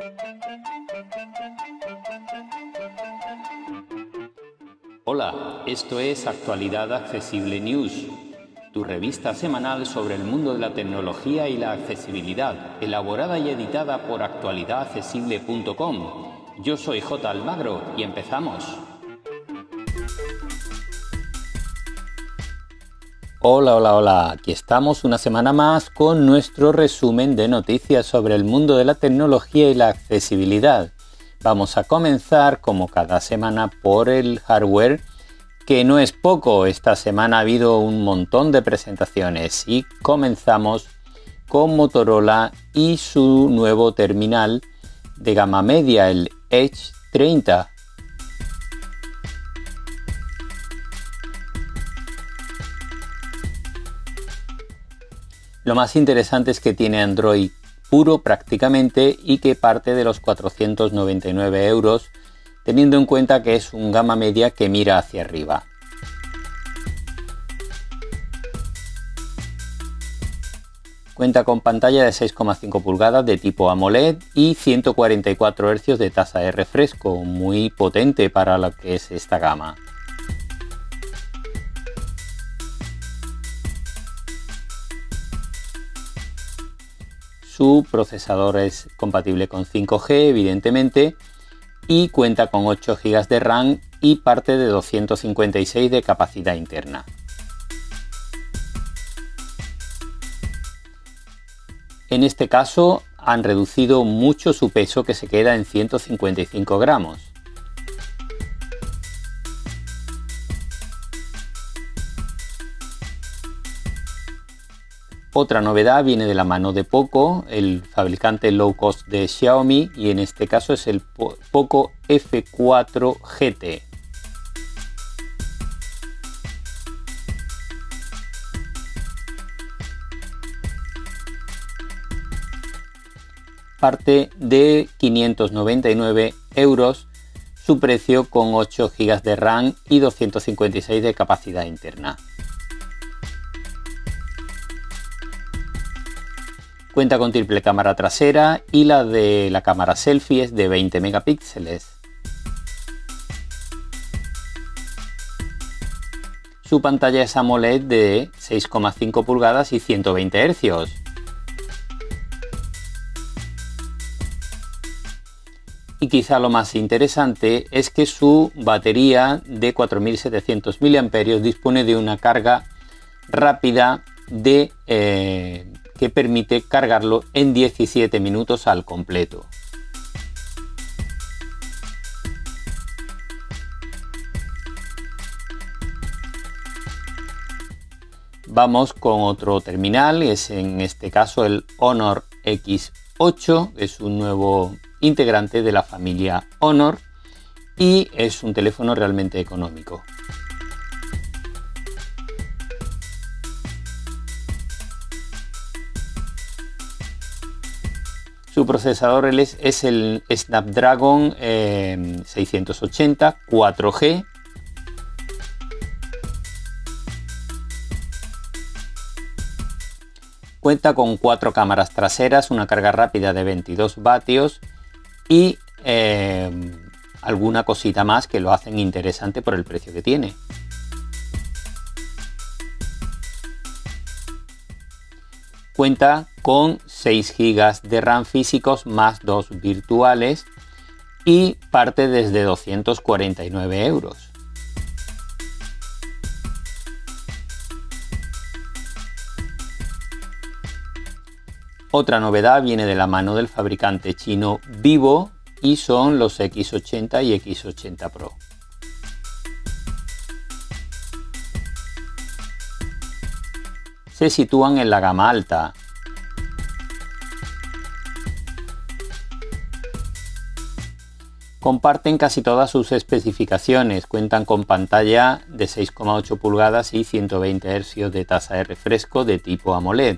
Hola, esto es Actualidad Accesible News, tu revista semanal sobre el mundo de la tecnología y la accesibilidad, elaborada y editada por actualidadaccesible.com. Yo soy J. Almagro y empezamos. Hola, aquí estamos una semana más con nuestro resumen de noticias sobre el mundo de la tecnología y la accesibilidad. Vamos a comenzar, como cada semana, por el hardware, que no es poco. Esta semana ha habido un montón de presentaciones y comenzamos con Motorola y su nuevo terminal de gama media, el Edge 30. Lo más interesante es que tiene Android puro prácticamente y que parte de los 499 €, teniendo en cuenta que es un gama media que mira hacia arriba. Cuenta con pantalla de 6,5 pulgadas de tipo AMOLED y 144 Hz de tasa de refresco, muy potente para lo que es esta gama. Su procesador es compatible con 5G, evidentemente, y cuenta con 8 GB de RAM y parte de 256 de capacidad interna. En este caso han reducido mucho su peso, que se queda en 155 gramos. Otra novedad viene de la mano de Poco, el fabricante low cost de Xiaomi, y en este caso es el Poco F4 GT. Parte de 599 €, su precio, con 8 GB de RAM y 256 de capacidad interna. Cuenta con triple cámara trasera y la de la cámara selfie es de 20 megapíxeles. Su pantalla es AMOLED de 6,5 pulgadas y 120 Hz. Y quizá lo más interesante es que su batería de 4700 mAh dispone de una carga rápida que permite cargarlo en 17 minutos al completo. Vamos con otro terminal, es en este caso el Honor X8, es un nuevo integrante de la familia Honor y es un teléfono realmente económico. Su procesador es el Snapdragon 680 4G. Cuenta con 4 cámaras traseras, una carga rápida de 22 vatios y alguna cosita más que lo hacen interesante por el precio que tiene. Cuenta con 6 GB de RAM físicos más 2 virtuales y parte desde 249 €. Otra novedad viene de la mano del fabricante chino Vivo y son los X80 y X80 Pro. Se sitúan en la gama alta. Comparten casi todas sus especificaciones, cuentan con pantalla de 6,8 pulgadas y 120 Hz de tasa de refresco de tipo AMOLED.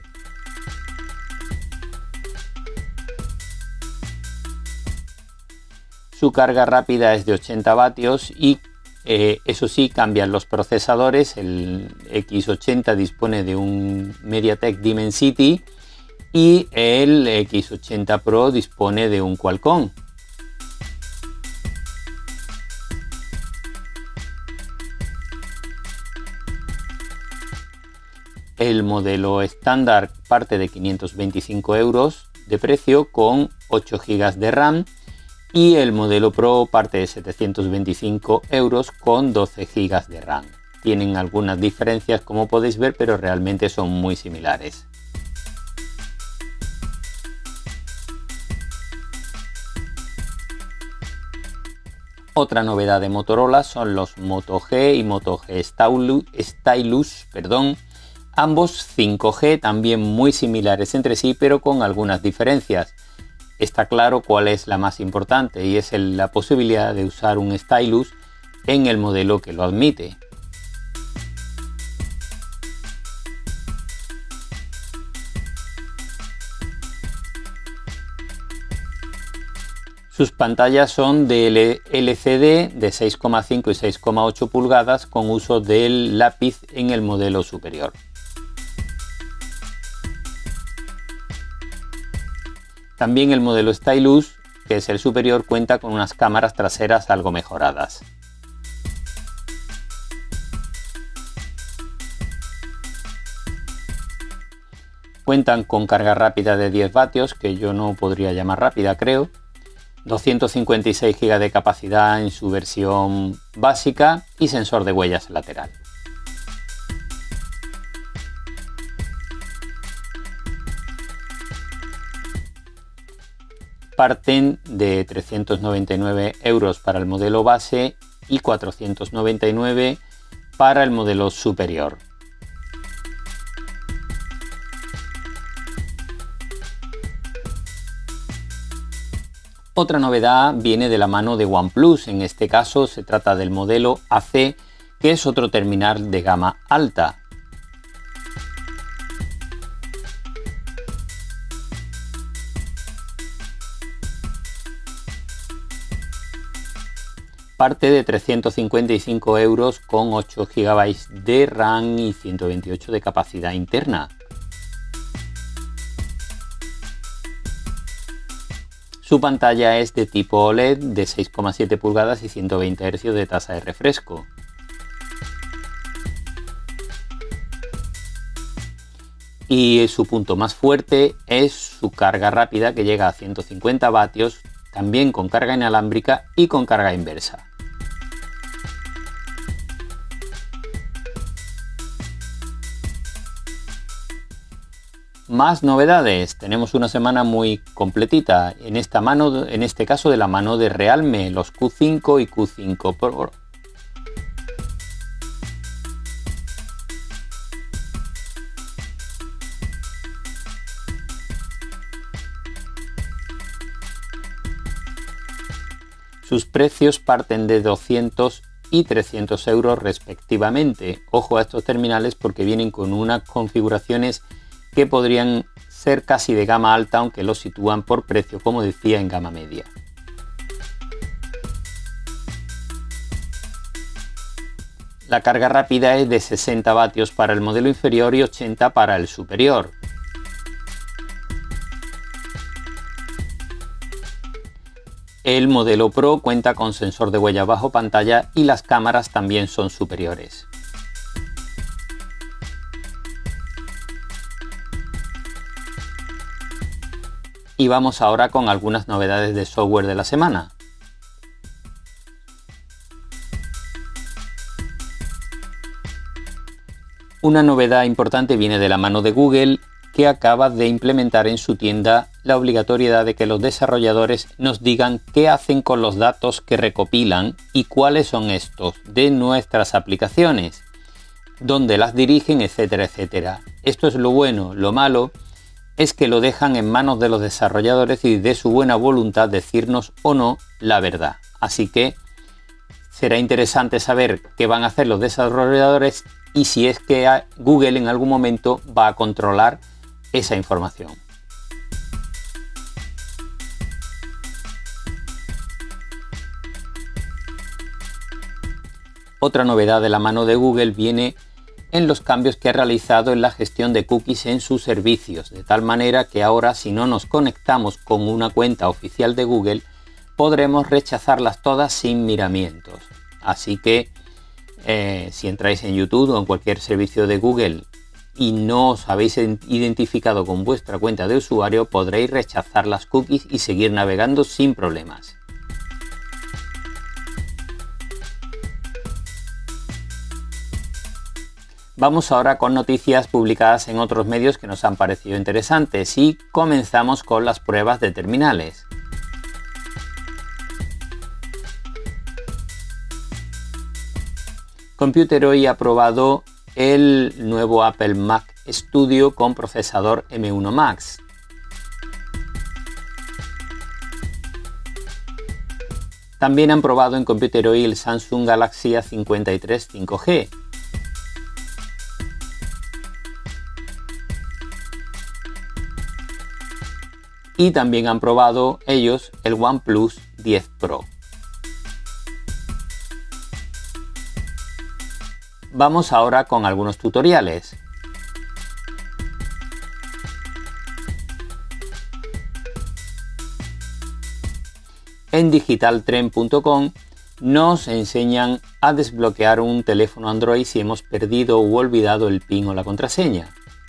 Su carga rápida es de 80 vatios y eso sí, cambian los procesadores. El X80 dispone de un MediaTek Dimensity y el X80 Pro dispone de un Qualcomm. El modelo estándar parte de 525 € de precio con 8 GB de RAM y el modelo Pro parte de 725 € con 12 GB de RAM. Tienen algunas diferencias como podéis ver, pero realmente son muy similares. Otra novedad de Motorola son los Moto G y Moto G Stylus, ambos 5G, también muy similares entre sí, pero con algunas diferencias. Está claro cuál es la más importante y es la posibilidad de usar un stylus en el modelo que lo admite. Sus pantallas son de LCD de 6,5 y 6,8 pulgadas con uso del lápiz en el modelo superior. También el modelo Stylus, que es el superior, cuenta con unas cámaras traseras algo mejoradas. Cuentan con carga rápida de 10 vatios, que yo no podría llamar rápida, creo. 256 GB de capacidad en su versión básica y sensor de huellas lateral. Parten de 399 € para el modelo base y 499 para el modelo superior. Otra novedad viene de la mano de OnePlus, en este caso se trata del modelo AC, que es otro terminal de gama alta. Parte de 355 € con 8 GB de RAM y 128 de capacidad interna. Su pantalla es de tipo OLED de 6,7 pulgadas y 120 Hz de tasa de refresco. Y su punto más fuerte es su carga rápida, que llega a 150 vatios, también con carga inalámbrica y con carga inversa. Más novedades, tenemos una semana muy completita, en este caso de la mano de Realme, los Q5 y Q5 Pro. Sus precios parten de 200 y 300 € respectivamente. Ojo a estos terminales porque vienen con unas configuraciones que podrían ser casi de gama alta, aunque los sitúan por precio, como decía, en gama media. La carga rápida es de 60 vatios para el modelo inferior y 80 para el superior. El modelo Pro cuenta con sensor de huella bajo pantalla y las cámaras también son superiores. Y vamos ahora con algunas novedades de software de la semana. Una novedad importante viene de la mano de Google, que acaba de implementar en su tienda la obligatoriedad de que los desarrolladores nos digan qué hacen con los datos que recopilan y cuáles son estos de nuestras aplicaciones, dónde las dirigen, etcétera, etcétera. Esto es lo bueno. Lo malo es que lo dejan en manos de los desarrolladores y de su buena voluntad decirnos o no la verdad. Así que será interesante saber qué van a hacer los desarrolladores y si es que Google en algún momento va a controlar esa información. Otra novedad de la mano de Google viene en los cambios que ha realizado en la gestión de cookies en sus servicios, de tal manera que ahora, si no nos conectamos con una cuenta oficial de Google, podremos rechazarlas todas sin miramientos. Así que si entráis en YouTube o en cualquier servicio de Google y no os habéis identificado con vuestra cuenta de usuario, podréis rechazar las cookies y seguir navegando sin problemas. Vamos ahora con noticias publicadas en otros medios que nos han parecido interesantes y comenzamos con las pruebas de terminales. Computeroi ha probado el nuevo Apple Mac Studio con procesador M1 Max. También han probado en Computeroi el Samsung Galaxy A53 5G. Y también han probado ellos el OnePlus 10 Pro. Vamos ahora con algunos tutoriales. En digitaltrend.com nos enseñan a desbloquear un teléfono Android si hemos perdido u olvidado el PIN o la contraseña.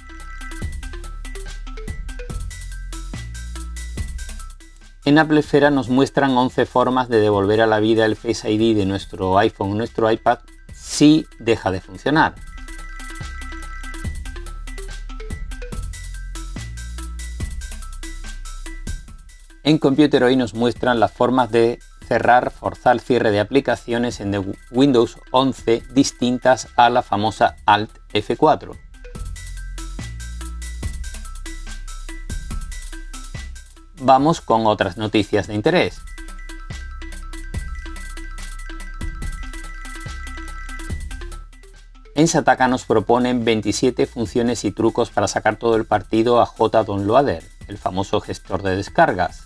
En Apple Esfera nos muestran 11 formas de devolver a la vida el Face ID de nuestro iPhone o nuestro iPad si deja de funcionar. En Computeroi nos muestran las formas de forzar cierre de aplicaciones en Windows 11 distintas a la famosa Alt F4. Vamos con otras noticias de interés. En Sataka nos proponen 27 funciones y trucos para sacar todo el partido a JDownloader, el famoso gestor de descargas.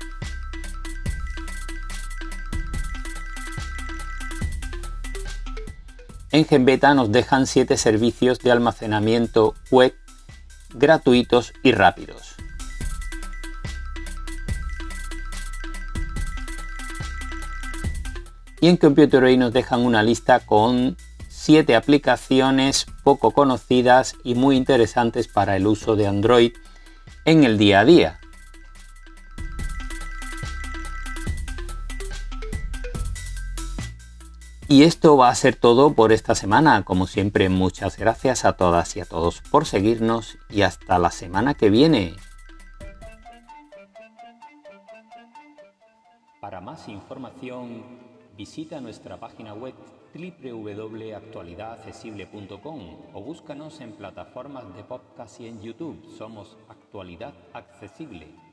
En GenBeta nos dejan 7 servicios de almacenamiento web gratuitos y rápidos. Y en Computeroi nos dejan una lista con 7 aplicaciones poco conocidas y muy interesantes para el uso de Android en el día a día. Y esto va a ser todo por esta semana. Como siempre, muchas gracias a todas y a todos por seguirnos y hasta la semana que viene. Para más información, visita nuestra página web www.actualidadaccesible.com o búscanos en plataformas de podcast y en YouTube. Somos Actualidad Accesible.